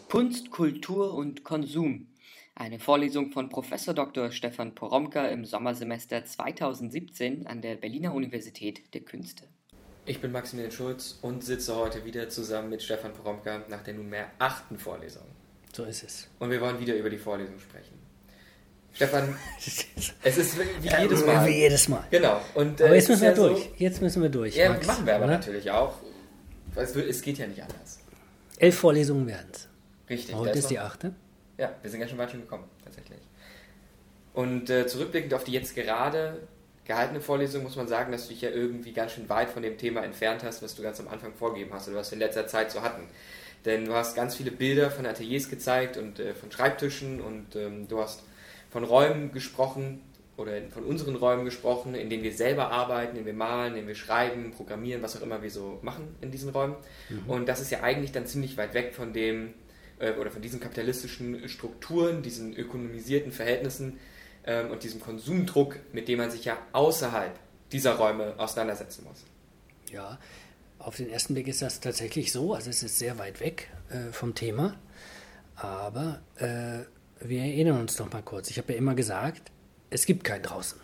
Kunst, Kultur und Konsum. Eine Vorlesung von Prof. Dr. Stefan Poromka im Sommersemester 2017 an der Berliner Universität der Künste. Ich bin Maximilian Schulz und sitze heute wieder zusammen mit Stefan Poromka nach der nunmehr 8. Vorlesung. So ist es. Und wir wollen wieder über die Vorlesung sprechen. Stefan, es ist wie jedes Mal. Wie jedes Mal. Genau. Und, aber jetzt müssen wir durch. So, jetzt müssen wir durch. Ja, Max, machen wir aber oder? natürlich auch. Es geht ja nicht anders. 11 Vorlesungen werden es. Richtig. Heute ist die 8. Ja, wir sind ganz schön weit schon gekommen, tatsächlich. Und zurückblickend auf die jetzt gerade gehaltene Vorlesung muss man sagen, dass du dich ja irgendwie ganz schön weit von dem Thema entfernt hast, was du ganz am Anfang vorgegeben hast oder was wir in letzter Zeit so hatten. Denn du hast ganz viele Bilder von Ateliers gezeigt und von Schreibtischen und du hast von Räumen gesprochen oder von unseren Räumen gesprochen, in denen wir selber arbeiten, in denen wir malen, in denen wir schreiben, programmieren, was auch immer wir so machen in diesen Räumen. Mhm. Und das ist ja eigentlich dann ziemlich weit weg von dem oder von diesen kapitalistischen Strukturen, diesen ökonomisierten Verhältnissen und diesem Konsumdruck, mit dem man sich ja außerhalb dieser Räume auseinandersetzen muss. Ja, auf den ersten Blick ist das tatsächlich so, also es ist sehr weit weg vom Thema, aber wir erinnern uns noch mal kurz. Ich habe ja immer gesagt, es gibt kein Draußen.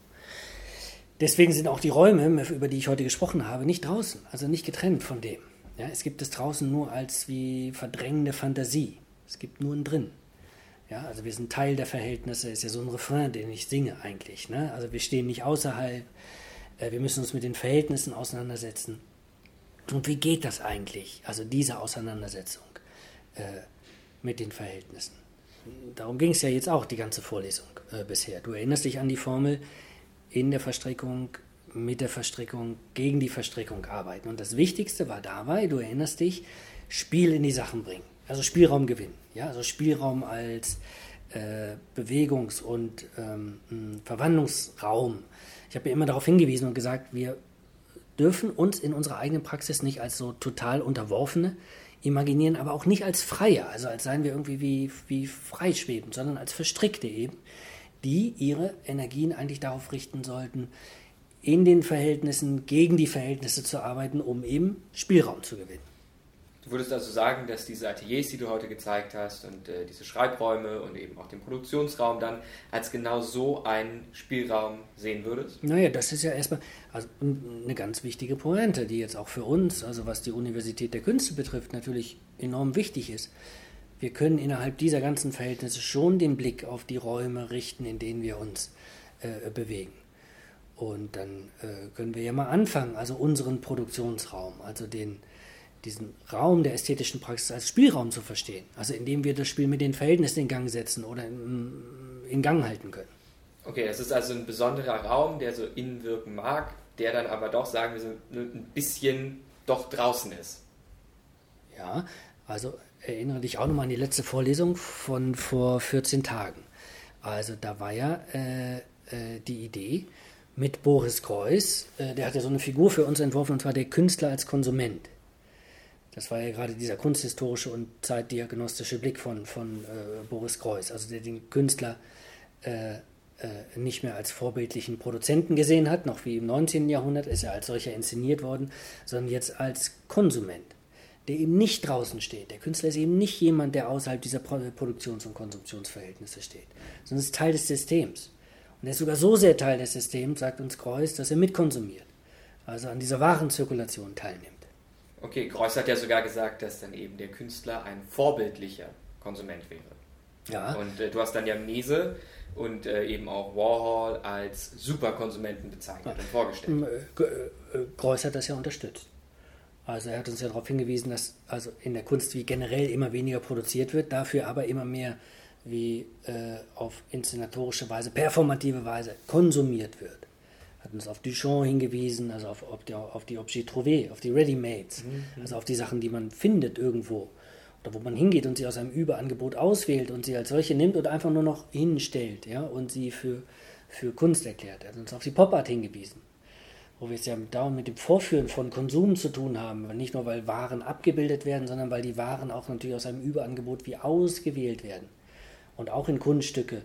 Deswegen sind auch die Räume, über die ich heute gesprochen habe, nicht draußen, also nicht getrennt von dem. Ja, es gibt es draußen nur als wie verdrängende Fantasie. Es gibt nur ein Drin. Ja, also wir sind Teil der Verhältnisse, ist ja so ein Refrain, den ich singe eigentlich. Ne? Also wir stehen nicht außerhalb, wir müssen uns mit den Verhältnissen auseinandersetzen. Und wie geht das eigentlich, also diese Auseinandersetzung mit den Verhältnissen? Darum ging es ja jetzt auch die ganze Vorlesung bisher. Du erinnerst dich an die Formel, in der Verstrickung, mit der Verstrickung, gegen die Verstrickung arbeiten. Und das Wichtigste war dabei, du erinnerst dich, Spiel in die Sachen bringen. Also Spielraum gewinnen. Ja? Also Spielraum als Bewegungs- und Verwandlungsraum. Ich habe ja immer darauf hingewiesen und gesagt, wir dürfen uns in unserer eigenen Praxis nicht als so total Unterworfene imaginieren, aber auch nicht als Freie, also als seien wir irgendwie wie freischwebend, sondern als Verstrickte eben, die ihre Energien eigentlich darauf richten sollten, in den Verhältnissen, gegen die Verhältnisse zu arbeiten, um eben Spielraum zu gewinnen. Du würdest also sagen, dass diese Ateliers, die du heute gezeigt hast und diese Schreibräume und eben auch den Produktionsraum dann als genau so einen Spielraum sehen würdest? Naja, das ist ja erstmal eine ganz wichtige Pointe, die jetzt auch für uns, also was die Universität der Künste betrifft, natürlich enorm wichtig ist. Wir können innerhalb dieser ganzen Verhältnisse schon den Blick auf die Räume richten, in denen wir uns bewegen. Und dann können wir ja mal anfangen, also unseren Produktionsraum, also diesen Raum der ästhetischen Praxis als Spielraum zu verstehen. Also indem wir das Spiel mit den Verhältnissen in Gang setzen oder in Gang halten können. Okay, das ist also ein besonderer Raum, der so innen wirken mag, der dann aber doch, sagen wir so, ein bisschen doch draußen ist. Ja, also erinnere dich auch nochmal an die letzte Vorlesung von vor 14 Tagen. Also da war ja die Idee mit Boris Greuß, der hat ja so eine Figur für uns entworfen, und zwar der Künstler als Konsument. Das war ja gerade dieser kunsthistorische und zeitdiagnostische Blick von Boris Greuß, also der den Künstler nicht mehr als vorbildlichen Produzenten gesehen hat, noch wie im 19. Jahrhundert, ist er als solcher inszeniert worden, sondern jetzt als Konsument, der eben nicht draußen steht. Der Künstler ist eben nicht jemand, der außerhalb dieser Produktions- und Konsumtionsverhältnisse steht, sondern ist Teil des Systems. Und er ist sogar so sehr Teil des Systems, sagt uns Greuß, dass er mitkonsumiert, also an dieser Warenzirkulation teilnimmt. Okay, Greuß hat ja sogar gesagt, dass dann eben der Künstler ein vorbildlicher Konsument wäre. Ja. Und du hast dann ja Mese und eben auch Warhol als Superkonsumenten bezeichnet und vorgestellt. Greuß hat das ja unterstützt. Also er hat uns ja darauf hingewiesen, dass also in der Kunst wie generell immer weniger produziert wird, dafür aber immer mehr wie auf inszenatorische Weise, performative Weise konsumiert wird. Hat uns auf Duchamp hingewiesen, also auf die Objets trouvés, auf die Ready-Mades, also auf die Sachen, die man findet irgendwo oder wo man hingeht und sie aus einem Überangebot auswählt und sie als solche nimmt und einfach nur noch hinstellt, ja, und sie für Kunst erklärt. Er hat uns auf die Pop-Art hingewiesen, wo wir es ja dauernd mit dem Vorführen von Konsum zu tun haben, nicht nur weil Waren abgebildet werden, sondern weil die Waren auch natürlich aus einem Überangebot wie ausgewählt werden und auch in Kunststücke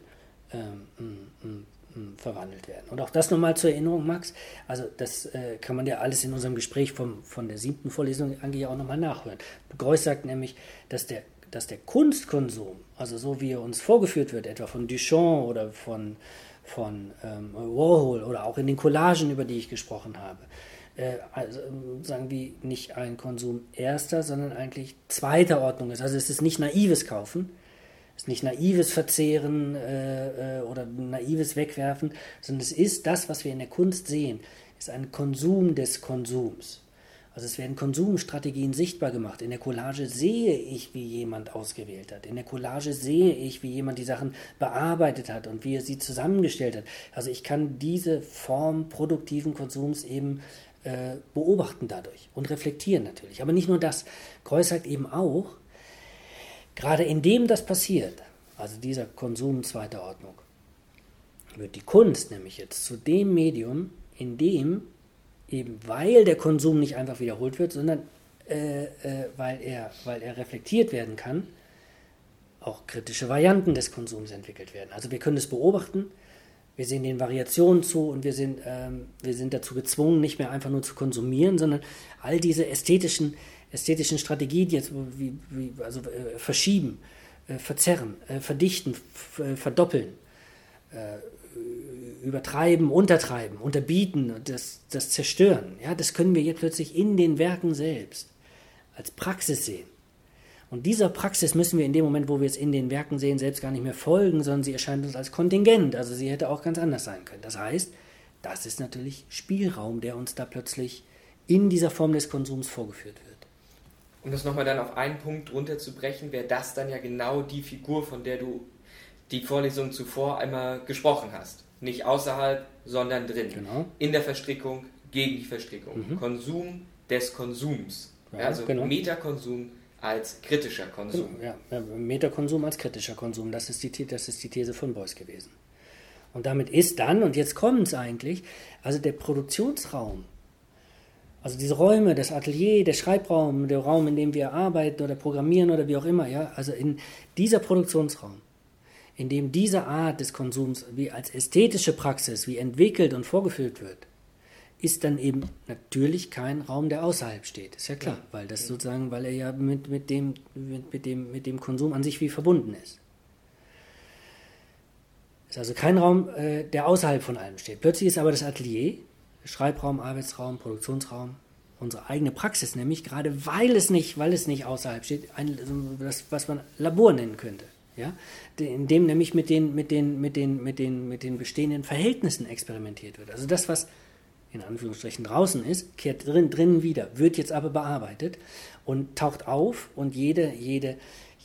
verwandelt werden. Und auch das nochmal zur Erinnerung, Max, also das kann man ja alles in unserem Gespräch von der 7. Vorlesung eigentlich auch nochmal nachhören. Greuß sagt nämlich, dass der der Kunstkonsum, also so wie er uns vorgeführt wird, etwa von Duchamp oder von Warhol oder auch in den Collagen, über die ich gesprochen habe, also sagen wir nicht ein Konsum erster, sondern eigentlich zweiter Ordnung ist. Also es ist nicht naives Kaufen, es ist nicht naives Verzehren oder naives Wegwerfen, sondern es ist das, was wir in der Kunst sehen, ist ein Konsum des Konsums. Also es werden Konsumstrategien sichtbar gemacht. In der Collage sehe ich, wie jemand ausgewählt hat. In der Collage sehe ich, wie jemand die Sachen bearbeitet hat und wie er sie zusammengestellt hat. Also ich kann diese Form produktiven Konsums eben beobachten dadurch und reflektieren natürlich. Aber nicht nur das. Greuß sagt eben auch, gerade indem das passiert, also dieser Konsum zweiter Ordnung, wird die Kunst nämlich jetzt zu dem Medium, in dem eben weil der Konsum nicht einfach wiederholt wird, sondern weil er reflektiert werden kann, auch kritische Varianten des Konsums entwickelt werden. Also wir können es beobachten, wir sehen den Variationen zu und wir sind dazu gezwungen, nicht mehr einfach nur zu konsumieren, sondern all diese ästhetischen Strategien, die jetzt verschieben, verzerren, verdichten, verdoppeln, übertreiben, untertreiben, unterbieten, das Zerstören, ja, das können wir jetzt plötzlich in den Werken selbst als Praxis sehen. Und dieser Praxis müssen wir in dem Moment, wo wir es in den Werken sehen, selbst gar nicht mehr folgen, sondern sie erscheint uns als Kontingent. Also sie hätte auch ganz anders sein können. Das heißt, das ist natürlich Spielraum, der uns da plötzlich in dieser Form des Konsums vorgeführt wird. Um das nochmal dann auf einen Punkt runterzubrechen, wäre das dann ja genau die Figur, von der du die Vorlesung zuvor einmal gesprochen hast. Nicht außerhalb, sondern drin. Genau. In der Verstrickung, gegen die Verstrickung. Konsum des Konsums. Ja, also genau. Metakonsum als kritischer Konsum. Ja, Metakonsum als kritischer Konsum, das ist die These von Beuys gewesen. Und damit ist dann, und jetzt kommt es eigentlich, also der Produktionsraum, also diese Räume, das Atelier, der Schreibraum, der Raum, in dem wir arbeiten oder programmieren oder wie auch immer, ja, also in dieser Produktionsraum, in dem diese Art des Konsums wie als ästhetische Praxis, wie entwickelt und vorgeführt wird, ist dann eben natürlich kein Raum, der außerhalb steht. Ist ja klar, weil das sozusagen, weil er ja mit dem Konsum an sich wie verbunden ist. Ist also kein Raum, der außerhalb von allem steht. Plötzlich ist aber das Atelier, Schreibraum, Arbeitsraum, Produktionsraum, unsere eigene Praxis, nämlich gerade weil es nicht außerhalb steht, das, was man Labor nennen könnte. Ja? In dem nämlich mit den bestehenden Verhältnissen experimentiert wird. Also das, was in Anführungsstrichen draußen ist, kehrt drinnen wieder, wird jetzt aber bearbeitet und taucht auf und jede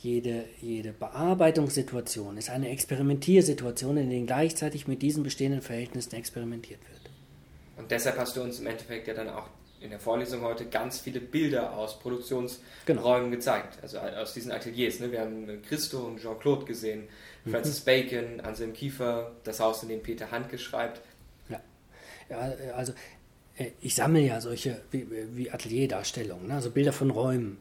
Bearbeitungssituation ist eine Experimentiersituation, in der gleichzeitig mit diesen bestehenden Verhältnissen experimentiert wird. Und deshalb hast du uns im Endeffekt ja dann auch in der Vorlesung heute ganz viele Bilder aus Produktionsräumen gezeigt, also aus diesen Ateliers. Ne? Wir haben Christo und Jean-Claude gesehen, Francis Bacon, Anselm Kiefer, das Haus, in dem Peter Handke schreibt. Ja, also ich sammle ja solche wie Atelierdarstellungen, ne? Also Bilder von Räumen,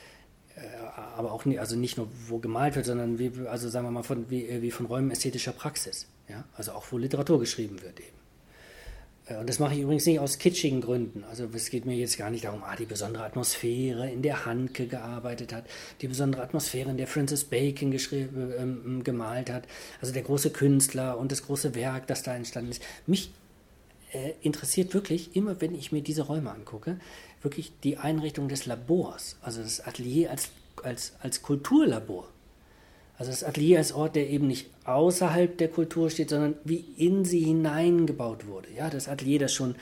aber auch nicht nur, wo gemalt wird, sondern also sagen wir mal wie von Räumen ästhetischer Praxis, ja? Also auch wo Literatur geschrieben wird eben. Und das mache ich übrigens nicht aus kitschigen Gründen. Also es geht mir jetzt gar nicht darum, die besondere Atmosphäre, in der Handke gearbeitet hat, die besondere Atmosphäre, in der Francis Bacon gemalt hat, also der große Künstler und das große Werk, das da entstanden ist. Mich interessiert wirklich, immer wenn ich mir diese Räume angucke, wirklich die Einrichtung des Labors, also das Atelier als Kulturlabor. Also das Atelier als Ort, der eben nicht außerhalb der Kultur steht, sondern wie in sie hineingebaut wurde. Ja, das Atelier,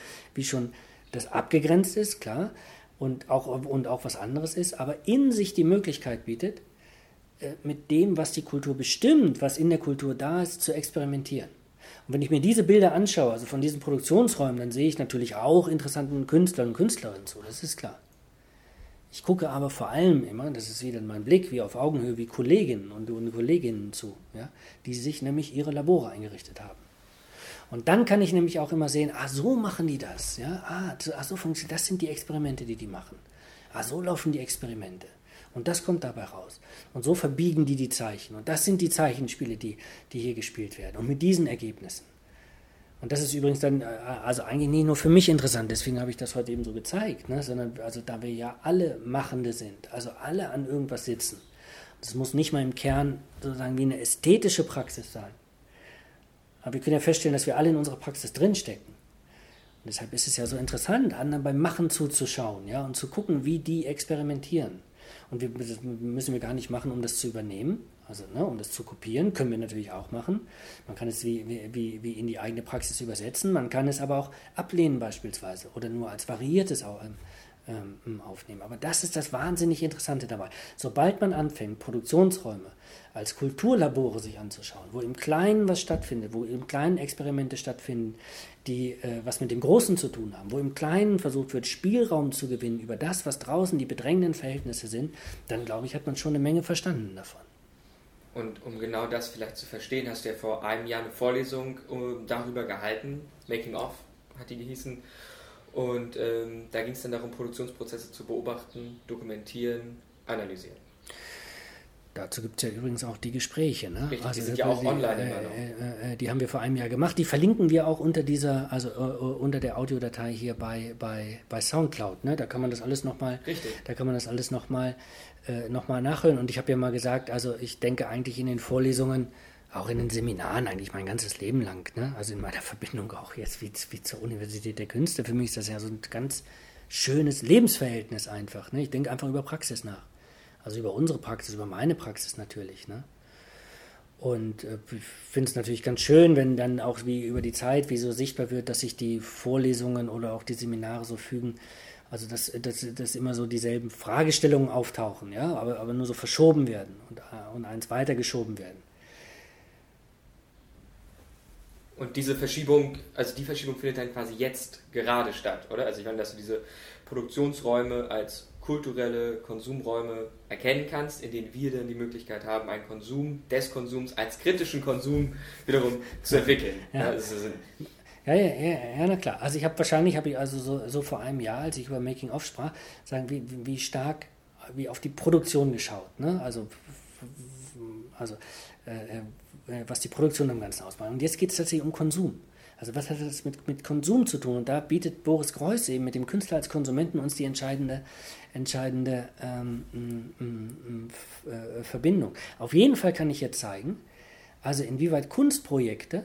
das abgegrenzt ist, klar, und auch was anderes ist, aber in sich die Möglichkeit bietet, mit dem, was die Kultur bestimmt, was in der Kultur da ist, zu experimentieren. Und wenn ich mir diese Bilder anschaue, also von diesen Produktionsräumen, dann sehe ich natürlich auch interessanten Künstlern und Künstlerinnen zu, das ist klar. Ich gucke aber vor allem immer, das ist wieder mein Blick, wie auf Augenhöhe, wie Kolleginnen und Kolleginnen zu, ja, die sich nämlich ihre Labore eingerichtet haben. Und dann kann ich nämlich auch immer sehen, so machen die das, ja, so funktioniert, das sind die Experimente, die machen. So laufen die Experimente. Und das kommt dabei raus. Und so verbiegen die Zeichen. Und das sind die Zeichenspiele, die hier gespielt werden. Und mit diesen Ergebnissen. Und das ist übrigens dann, also eigentlich nicht nur für mich interessant, deswegen habe ich das heute eben so gezeigt, ne? Sondern also da wir ja alle Machende sind, also alle an irgendwas sitzen, Das muss nicht mal im Kern sozusagen wie eine ästhetische Praxis sein. Aber wir können ja feststellen, dass wir alle in unserer Praxis drinstecken. Und deshalb ist es ja so interessant, anderen beim Machen zuzuschauen, ja, und zu gucken, wie die experimentieren. Und das müssen wir gar nicht machen, um das zu übernehmen, also um das zu kopieren, können wir natürlich auch machen. Man kann es wie in die eigene Praxis übersetzen, man kann es aber auch ablehnen beispielsweise oder nur als variiertes aufnehmen. Aber das ist das wahnsinnig Interessante dabei. Sobald man anfängt, Produktionsräume als Kulturlabore sich anzuschauen, wo im Kleinen was stattfindet, wo im Kleinen Experimente stattfinden, die was mit dem Großen zu tun haben, wo im Kleinen versucht wird, Spielraum zu gewinnen über das, was draußen die bedrängenden Verhältnisse sind, dann glaube ich, hat man schon eine Menge verstanden davon. Und um genau das vielleicht zu verstehen, hast du ja vor einem Jahr eine Vorlesung darüber gehalten, Making of hat die gehießen. Und da ging es dann darum, Produktionsprozesse zu beobachten, dokumentieren, analysieren. Dazu gibt es ja übrigens auch die Gespräche. Ne? Richtig, also die sind ja auch online immer noch. Die haben wir vor einem Jahr gemacht. Die verlinken wir auch unter unter der Audiodatei hier bei Soundcloud. Ne? Da kann man das alles nochmal noch nachhören. Und ich habe ja mal gesagt, also ich denke eigentlich in den Vorlesungen, auch in den Seminaren eigentlich mein ganzes Leben lang, ne? Also in meiner Verbindung auch jetzt wie zur Universität der Künste. Für mich ist das ja so ein ganz schönes Lebensverhältnis einfach. Ne? Ich denke einfach über Praxis nach. Also über unsere Praxis, über meine Praxis natürlich. Ne? Und ich finde es natürlich ganz schön, wenn dann auch wie über die Zeit wie so sichtbar wird, dass sich die Vorlesungen oder auch die Seminare so fügen. Also dass immer so dieselben Fragestellungen auftauchen, ja? aber nur so verschoben werden und eins weitergeschoben werden. Und diese Verschiebung, also die Verschiebung findet dann quasi jetzt gerade statt, oder? Also ich meine, dass du diese Produktionsräume als kulturelle Konsumräume erkennen kannst, in denen wir dann die Möglichkeit haben, einen Konsum des Konsums als kritischen Konsum wiederum zu entwickeln. Ja. Ja, na klar. Also habe ich also so vor einem Jahr, als ich über Making of sprach, sagen, wie stark, wie auf die Produktion geschaut, ne? Also was die Produktion am Ganzen ausmacht. Und jetzt geht es tatsächlich um Konsum. Also was hat das mit Konsum zu tun? Und da bietet Boris Greuß eben mit dem Künstler als Konsumenten uns die entscheidende Verbindung. Auf jeden Fall kann ich jetzt zeigen, also inwieweit Kunstprojekte,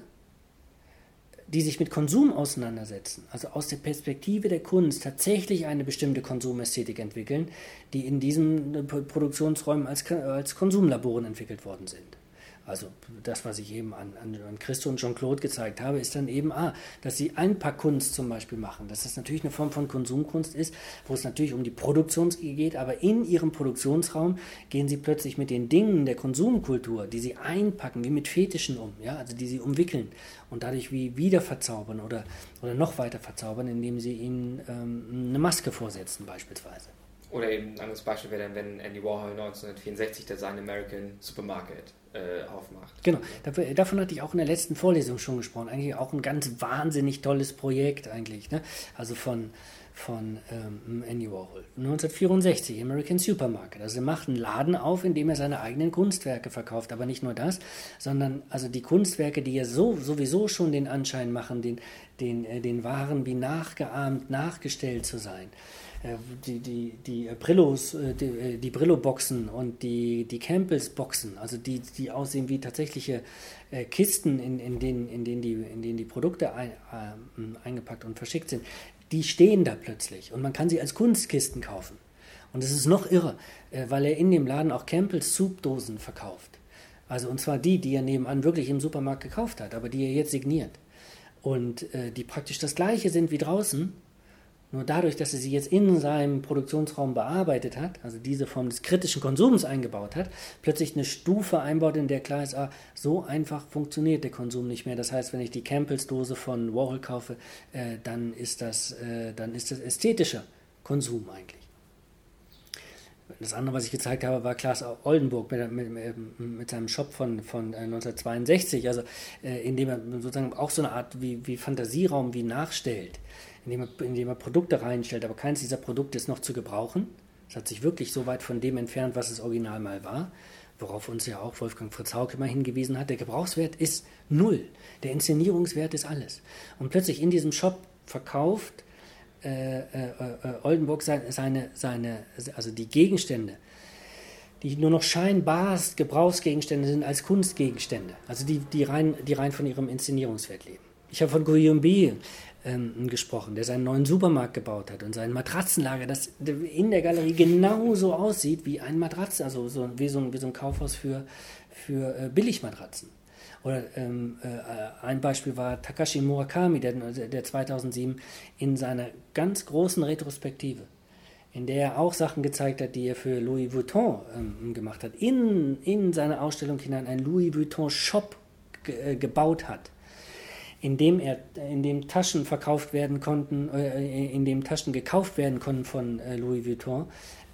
die sich mit Konsum auseinandersetzen, also aus der Perspektive der Kunst tatsächlich eine bestimmte Konsumästhetik entwickeln, die in diesen Produktionsräumen als Konsumlaboren entwickelt worden sind. Also das, was ich eben an Christo und Jean-Claude gezeigt habe, ist dann eben, dass sie Einpackkunst zum Beispiel machen, dass das natürlich eine Form von Konsumkunst ist, wo es natürlich um die Produktion geht, aber in ihrem Produktionsraum gehen sie plötzlich mit den Dingen der Konsumkultur, die sie einpacken, wie mit Fetischen ja, also die sie umwickeln und dadurch wie wieder verzaubern oder noch weiter verzaubern, indem sie ihnen eine Maske vorsetzen beispielsweise. Oder eben ein anderes Beispiel wäre dann, wenn Andy Warhol 1964 der Sun American Supermarket aufmacht. Genau, davon hatte ich auch in der letzten Vorlesung schon gesprochen. Eigentlich auch ein ganz wahnsinnig tolles Projekt eigentlich, ne? Also von Andy Warhol. 1964, American Supermarket. Also er macht einen Laden auf, in dem er seine eigenen Kunstwerke verkauft. Aber nicht nur das, sondern also die Kunstwerke, die ja sowieso schon den Anschein machen, den Waren wie nachgeahmt, nachgestellt zu sein. Die Brillos, die Brillo-Boxen und die Campbells-Boxen, also die aussehen wie tatsächliche Kisten, in denen die Produkte eingepackt und verschickt sind, die stehen da plötzlich und man kann sie als Kunstkisten kaufen. Und es ist noch irre, weil er in dem Laden auch Campbells Soupdosen verkauft. Also und zwar die er nebenan wirklich im Supermarkt gekauft hat, aber die er jetzt signiert. Und die praktisch das Gleiche sind wie draußen. Nur dadurch, dass er sie jetzt in seinem Produktionsraum bearbeitet hat, also diese Form des kritischen Konsums eingebaut hat, plötzlich eine Stufe einbaut, in der klar ist, so einfach funktioniert der Konsum nicht mehr. Das heißt, wenn ich die Campbells-Dose von Warhol kaufe, dann ist das ästhetischer Konsum eigentlich. Das andere, was ich gezeigt habe, war Klaas Oldenburg mit seinem Shop von 1962, also indem er sozusagen auch so eine Art wie Fantasieraum wie nachstellt, indem er Produkte reinstellt, aber keins dieser Produkte ist noch zu gebrauchen. Es hat sich wirklich so weit von dem entfernt, was es original mal war, worauf uns ja auch Wolfgang Fritz Haug immer hingewiesen hat. Der Gebrauchswert ist 0, der Inszenierungswert ist alles. Und plötzlich in diesem Shop verkauft Oldenburg also die Gegenstände, die nur noch scheinbar Gebrauchsgegenstände sind als Kunstgegenstände, also die rein von ihrem Inszenierungswert leben. Ich habe von Guillaume gesprochen, der seinen neuen Supermarkt gebaut hat und sein Matratzenlager, das in der Galerie genauso aussieht wie ein Matratzen, also wie so ein Kaufhaus für Billigmatratzen. Oder ein Beispiel war Takashi Murakami, der 2007 in seiner ganz großen Retrospektive, in der er auch Sachen gezeigt hat, die er für Louis Vuitton gemacht hat, in seine Ausstellung hinein einen Louis Vuitton Shop gebaut hat, in dem Taschen verkauft werden konnten, in dem Taschen gekauft werden konnten von Louis Vuitton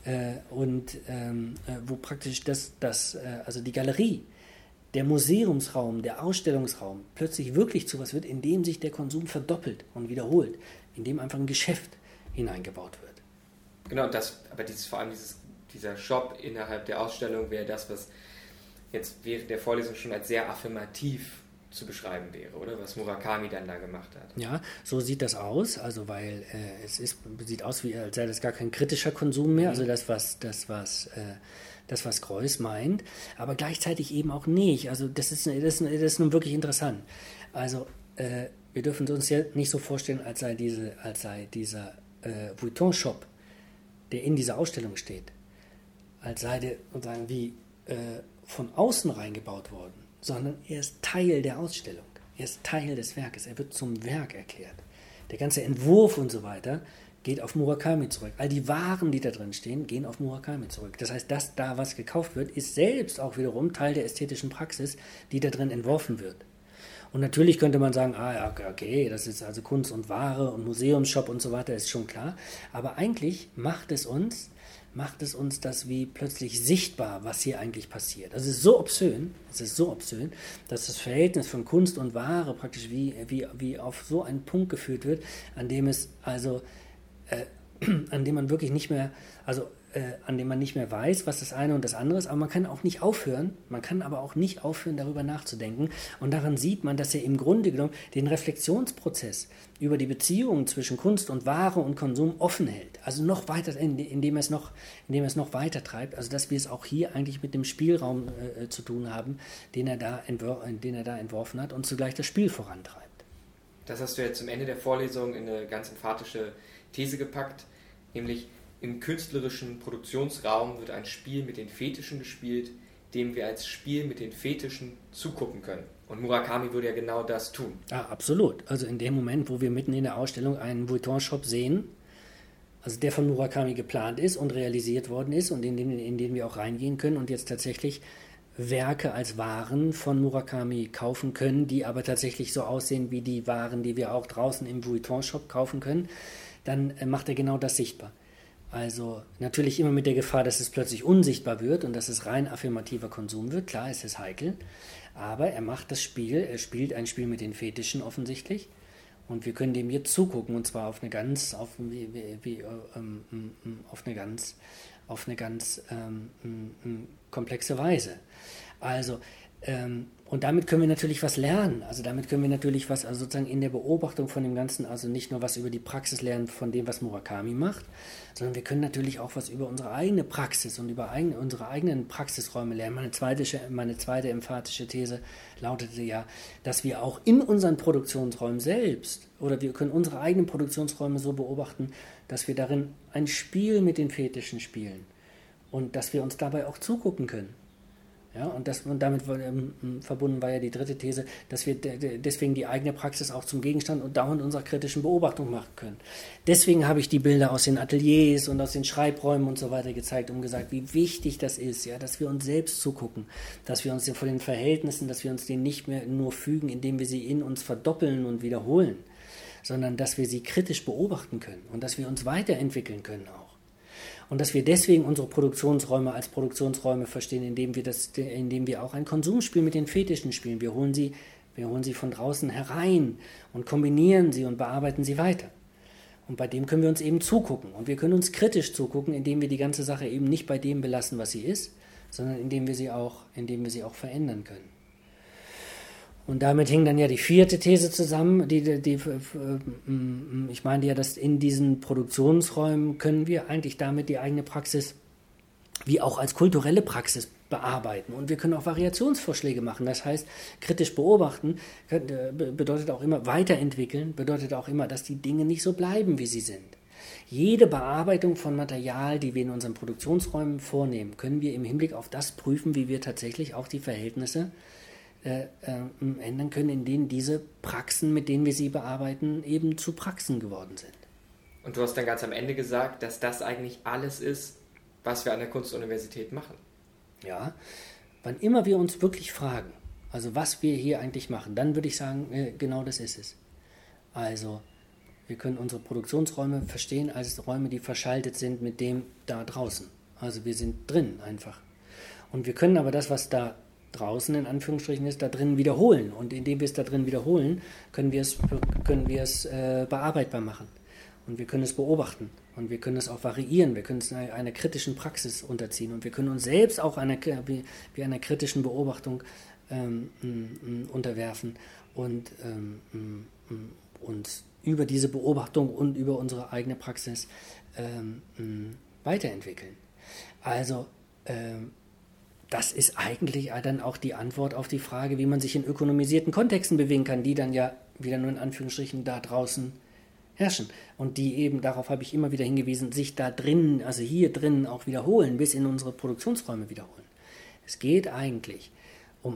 wo praktisch also die Galerie, der Museumsraum, der Ausstellungsraum plötzlich wirklich zu was wird, in dem sich der Konsum verdoppelt und wiederholt, in dem einfach ein Geschäft hineingebaut wird. Genau, aber vor allem dieser Shop innerhalb der Ausstellung wäre das, was jetzt während der Vorlesung schon als sehr affirmativ zu beschreiben wäre, oder? Was Murakami dann da gemacht hat. Ja, so sieht das aus, also weil sieht aus, als sei das gar kein kritischer Konsum mehr, also das, was Greuß meint, aber gleichzeitig eben auch nicht. Also das ist nun wirklich interessant. Also wir dürfen uns ja nicht so vorstellen, als sei dieser Vuitton-Shop, der in dieser Ausstellung steht, als sei der sozusagen wie von außen reingebaut worden, sondern er ist Teil der Ausstellung. Er ist Teil des Werkes. Er wird zum Werk erklärt. Der ganze Entwurf und so weiter geht auf Murakami zurück. All die Waren, die da drin stehen, gehen auf Murakami zurück. Das heißt, dass da was gekauft wird, ist selbst auch wiederum Teil der ästhetischen Praxis, die da drin entworfen wird. Und natürlich könnte man sagen, okay, das ist also Kunst und Ware und Museumsshop und so weiter, ist schon klar. Aber eigentlich macht es uns das wie plötzlich sichtbar, was hier eigentlich passiert. Das ist so obszön, dass das Verhältnis von Kunst und Ware praktisch wie auf so einen Punkt geführt wird, an dem man wirklich nicht mehr, an dem man nicht mehr weiß, was das eine und das andere ist, aber man kann aber auch nicht aufhören, darüber nachzudenken. Und daran sieht man, dass er im Grunde genommen den Reflexionsprozess über die Beziehungen zwischen Kunst und Ware und Konsum offen hält. Also noch weiter, indem er es noch weiter treibt, also dass wir es auch hier eigentlich mit dem Spielraum zu tun haben, den er da entworfen hat und zugleich das Spiel vorantreibt. Das hast du jetzt zum Ende der Vorlesung in eine ganz emphatische These gepackt, nämlich: Im künstlerischen Produktionsraum wird ein Spiel mit den Fetischen gespielt, dem wir als Spiel mit den Fetischen zugucken können. Und Murakami würde ja genau das tun. Ja, absolut. Also in dem Moment, wo wir mitten in der Ausstellung einen Vuitton-Shop sehen, also der von Murakami geplant ist und realisiert worden ist und in den wir auch reingehen können und jetzt tatsächlich Werke als Waren von Murakami kaufen können, die aber tatsächlich so aussehen wie die Waren, die wir auch draußen im Vuitton-Shop kaufen können, dann macht er genau das sichtbar. Also natürlich immer mit der Gefahr, dass es plötzlich unsichtbar wird und dass es rein affirmativer Konsum wird. Klar, es ist heikel, aber er spielt ein Spiel mit den Fetischen offensichtlich und wir können dem jetzt zugucken und zwar auf eine ganz komplexe Weise. Also und damit können wir natürlich was lernen. Also damit können wir natürlich was, also sozusagen in der Beobachtung von dem Ganzen, also nicht nur was über die Praxis lernen von dem, was Murakami macht, sondern wir können natürlich auch was über unsere eigene Praxis und über unsere eigenen Praxisräume lernen. Meine zweite emphatische These lautete ja, dass wir auch in unseren Produktionsräumen selbst, oder wir können unsere eigenen Produktionsräume so beobachten, dass wir darin ein Spiel mit den Fetischen spielen und dass wir uns dabei auch zugucken können. Ja, und damit verbunden war ja die dritte These, dass wir deswegen die eigene Praxis auch zum Gegenstand und dauernd unserer kritischen Beobachtung machen können. Deswegen habe ich die Bilder aus den Ateliers und aus den Schreibräumen und so weiter gezeigt, um gesagt, wie wichtig das ist, ja, dass wir uns selbst zugucken, dass wir uns von den Verhältnissen, dass wir uns denen nicht mehr nur fügen, indem wir sie in uns verdoppeln und wiederholen, sondern dass wir sie kritisch beobachten können und dass wir uns weiterentwickeln können auch. Und dass wir deswegen unsere Produktionsräume als Produktionsräume verstehen, indem wir auch ein Konsumspiel mit den Fetischen spielen. Wir holen sie von draußen herein und kombinieren sie und bearbeiten sie weiter. Und bei dem können wir uns eben zugucken. Und wir können uns kritisch zugucken, indem wir die ganze Sache eben nicht bei dem belassen, was sie ist, sondern indem wir sie auch verändern können. Und damit hing dann ja die vierte These zusammen, ich meinte ja, dass in diesen Produktionsräumen können wir eigentlich damit die eigene Praxis wie auch als kulturelle Praxis bearbeiten. Und wir können auch Variationsvorschläge machen. Das heißt, kritisch beobachten bedeutet auch immer weiterentwickeln, bedeutet auch immer, dass die Dinge nicht so bleiben, wie sie sind. Jede Bearbeitung von Material, die wir in unseren Produktionsräumen vornehmen, können wir im Hinblick auf das prüfen, wie wir tatsächlich auch die Verhältnisse ändern können, in denen diese Praxen, mit denen wir sie bearbeiten, eben zu Praxen geworden sind. Und du hast dann ganz am Ende gesagt, dass das eigentlich alles ist, was wir an der Kunstuniversität machen. Ja, wann immer wir uns wirklich fragen, also was wir hier eigentlich machen, dann würde ich sagen, genau das ist es. Also wir können unsere Produktionsräume verstehen als Räume, die verschaltet sind mit dem da draußen. Also wir sind drin einfach. Und wir können aber das, was da draußen in Anführungsstrichen ist, da drin wiederholen. Und indem wir es da drin wiederholen, können wir es bearbeitbar machen. Und wir können es beobachten. Und wir können es auch variieren. Wir können es einer kritischen Praxis unterziehen. Und wir können uns selbst auch einer kritischen Beobachtung unterwerfen und uns über diese Beobachtung und über unsere eigene Praxis weiterentwickeln. Also das ist eigentlich dann auch die Antwort auf die Frage, wie man sich in ökonomisierten Kontexten bewegen kann, die dann ja wieder nur in Anführungsstrichen da draußen herrschen. Und die eben, darauf habe ich immer wieder hingewiesen, sich da drinnen, also hier drinnen auch wiederholen, bis in unsere Produktionsräume wiederholen. Es geht eigentlich um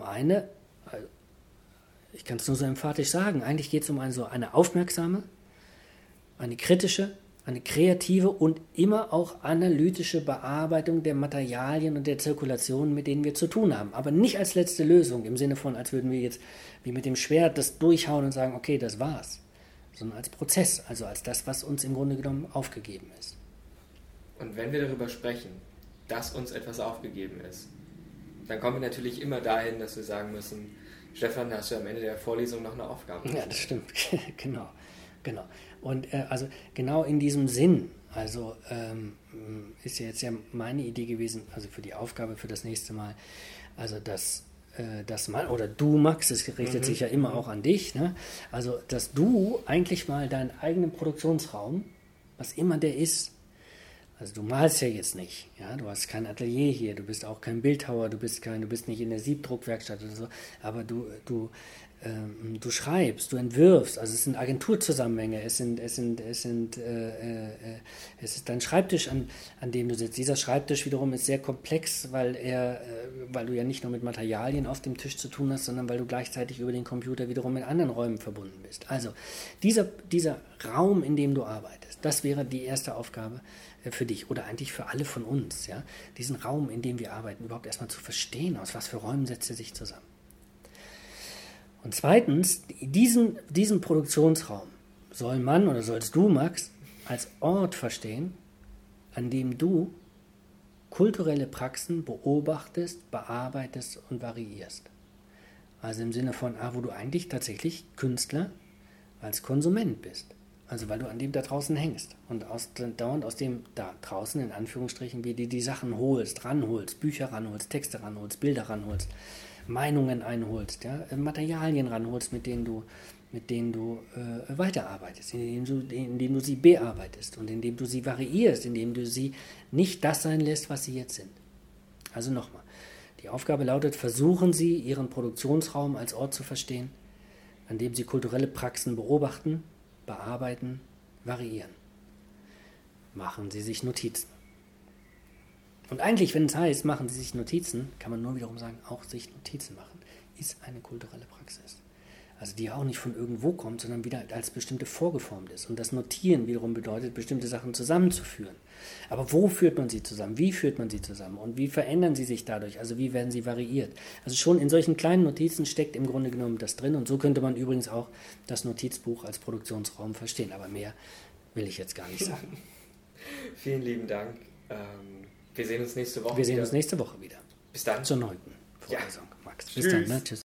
ich kann es nur so emphatisch sagen, eigentlich geht es um eine aufmerksame, eine kritische, eine kreative und immer auch analytische Bearbeitung der Materialien und der Zirkulation, mit denen wir zu tun haben. Aber nicht als letzte Lösung, im Sinne von, als würden wir jetzt wie mit dem Schwert das durchhauen und sagen, okay, das war's. Sondern als Prozess, also als das, was uns im Grunde genommen aufgegeben ist. Und wenn wir darüber sprechen, dass uns etwas aufgegeben ist, dann kommen wir natürlich immer dahin, dass wir sagen müssen, Stefan, hast du am Ende der Vorlesung noch eine Aufgabe? Ja, das stimmt, genau. Und also genau in diesem Sinn, also ist ja jetzt meine Idee gewesen, also für die Aufgabe für das nächste Mal, also dass man, oder du, Max, es richtet sich ja immer auch an dich, ne? Also dass du eigentlich mal deinen eigenen Produktionsraum, was immer der ist, also du malst ja jetzt nicht, ja, du hast kein Atelier hier, du bist auch kein Bildhauer, du bist nicht in der Siebdruckwerkstatt oder so, aber du schreibst, du entwirfst, also es sind Agenturzusammenhänge, es ist dein Schreibtisch, an dem du sitzt. Dieser Schreibtisch wiederum ist sehr komplex, weil du ja nicht nur mit Materialien auf dem Tisch zu tun hast, sondern weil du gleichzeitig über den Computer wiederum mit anderen Räumen verbunden bist. Also dieser Raum, in dem du arbeitest, das wäre die erste Aufgabe für dich oder eigentlich für alle von uns, ja, diesen Raum, in dem wir arbeiten, überhaupt erstmal zu verstehen, aus was für Räumen setzt er sich zusammen. Und zweitens, diesen Produktionsraum soll man oder sollst du, Max, als Ort verstehen, an dem du kulturelle Praxen beobachtest, bearbeitest und variierst. Also im Sinne von, wo du eigentlich tatsächlich Künstler als Konsument bist. Also weil du an dem da draußen hängst und dauernd aus dem da draußen, in Anführungsstrichen, wie die Sachen ranholst, Bücher ranholst, Texte ranholst, Bilder ranholst, Meinungen einholst, ja, Materialien ranholst, mit denen du weiterarbeitest, indem du sie bearbeitest und indem du sie variierst, indem du sie nicht das sein lässt, was sie jetzt sind. Also nochmal, die Aufgabe lautet, versuchen Sie, Ihren Produktionsraum als Ort zu verstehen, an dem Sie kulturelle Praxen beobachten, bearbeiten, variieren. Machen Sie sich Notizen. Und eigentlich, wenn es heißt, machen Sie sich Notizen, kann man nur wiederum sagen, auch sich Notizen machen, ist eine kulturelle Praxis. Also die auch nicht von irgendwo kommt, sondern wieder als bestimmte vorgeformt ist. Und das Notieren wiederum bedeutet, bestimmte Sachen zusammenzuführen. Aber wo führt man sie zusammen? Wie führt man sie zusammen? Und wie verändern sie sich dadurch? Also wie werden sie variiert? Also schon in solchen kleinen Notizen steckt im Grunde genommen das drin. Und so könnte man übrigens auch das Notizbuch als Produktionsraum verstehen. Aber mehr will ich jetzt gar nicht sagen. Vielen lieben Dank. Wir sehen uns nächste Woche wieder. Bis dann. Zur 9. Vorlesung. Ja. Max, bis dann. Ne? Tschüss.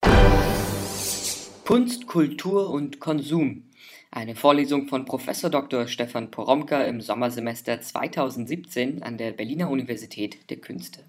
Kunst, Kultur und Konsum. Eine Vorlesung von Prof. Dr. Stefan Poromka im Sommersemester 2017 an der Berliner Universität der Künste.